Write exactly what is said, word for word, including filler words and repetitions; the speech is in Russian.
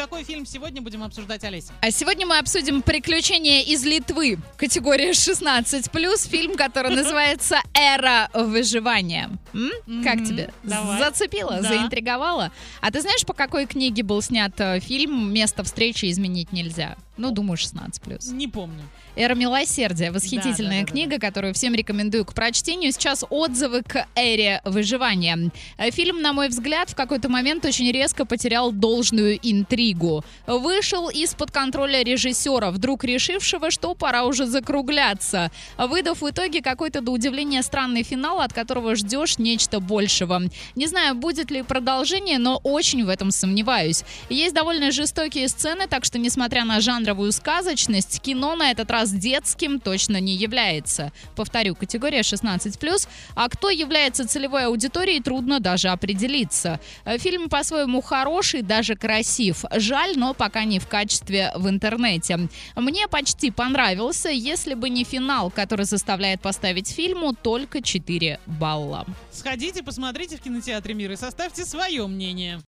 какой фильм сегодня будем обсуждать, Олеся? А сегодня мы обсудим «Приключения из Литвы». Категория шестнадцать плюс. Фильм, который называется «Эра выживания». М? Mm-hmm. Как тебе? Давай. Зацепила? Да. Заинтриговала? А ты знаешь, по какой книге был снят фильм «Место встречи изменить нельзя»? Ну, думаю, шестнадцать плюс. Не помню. «Эра милосердия». Восхитительная Да, да, да, книга, да, да. которую всем рекомендую к прочтению. Сейчас отзывы к «Эре выживания». Фильм, на мой взгляд, в какой-то момент очень резко потерял должную интригу. Вышел из-под контроля режиссера, вдруг решившего, что пора уже закругляться, выдав в итоге какой-то до удивления странный финал, от которого ждешь нечто большего. Не знаю, будет ли продолжение, но очень в этом сомневаюсь. Есть довольно жестокие сцены, так что, несмотря на жанровую сказочность, кино на этот раз детским точно не является. Повторю, категория шестнадцать плюс. А кто является целевой аудиторией, трудно даже определиться. Фильм по-своему хороший, даже красив. Жаль, но пока не в качестве в интернете. Мне почти понравился, если бы не финал, который заставляет поставить фильму только четыре балла. Сходите, посмотрите в кинотеатре «Мир» и составьте свое мнение.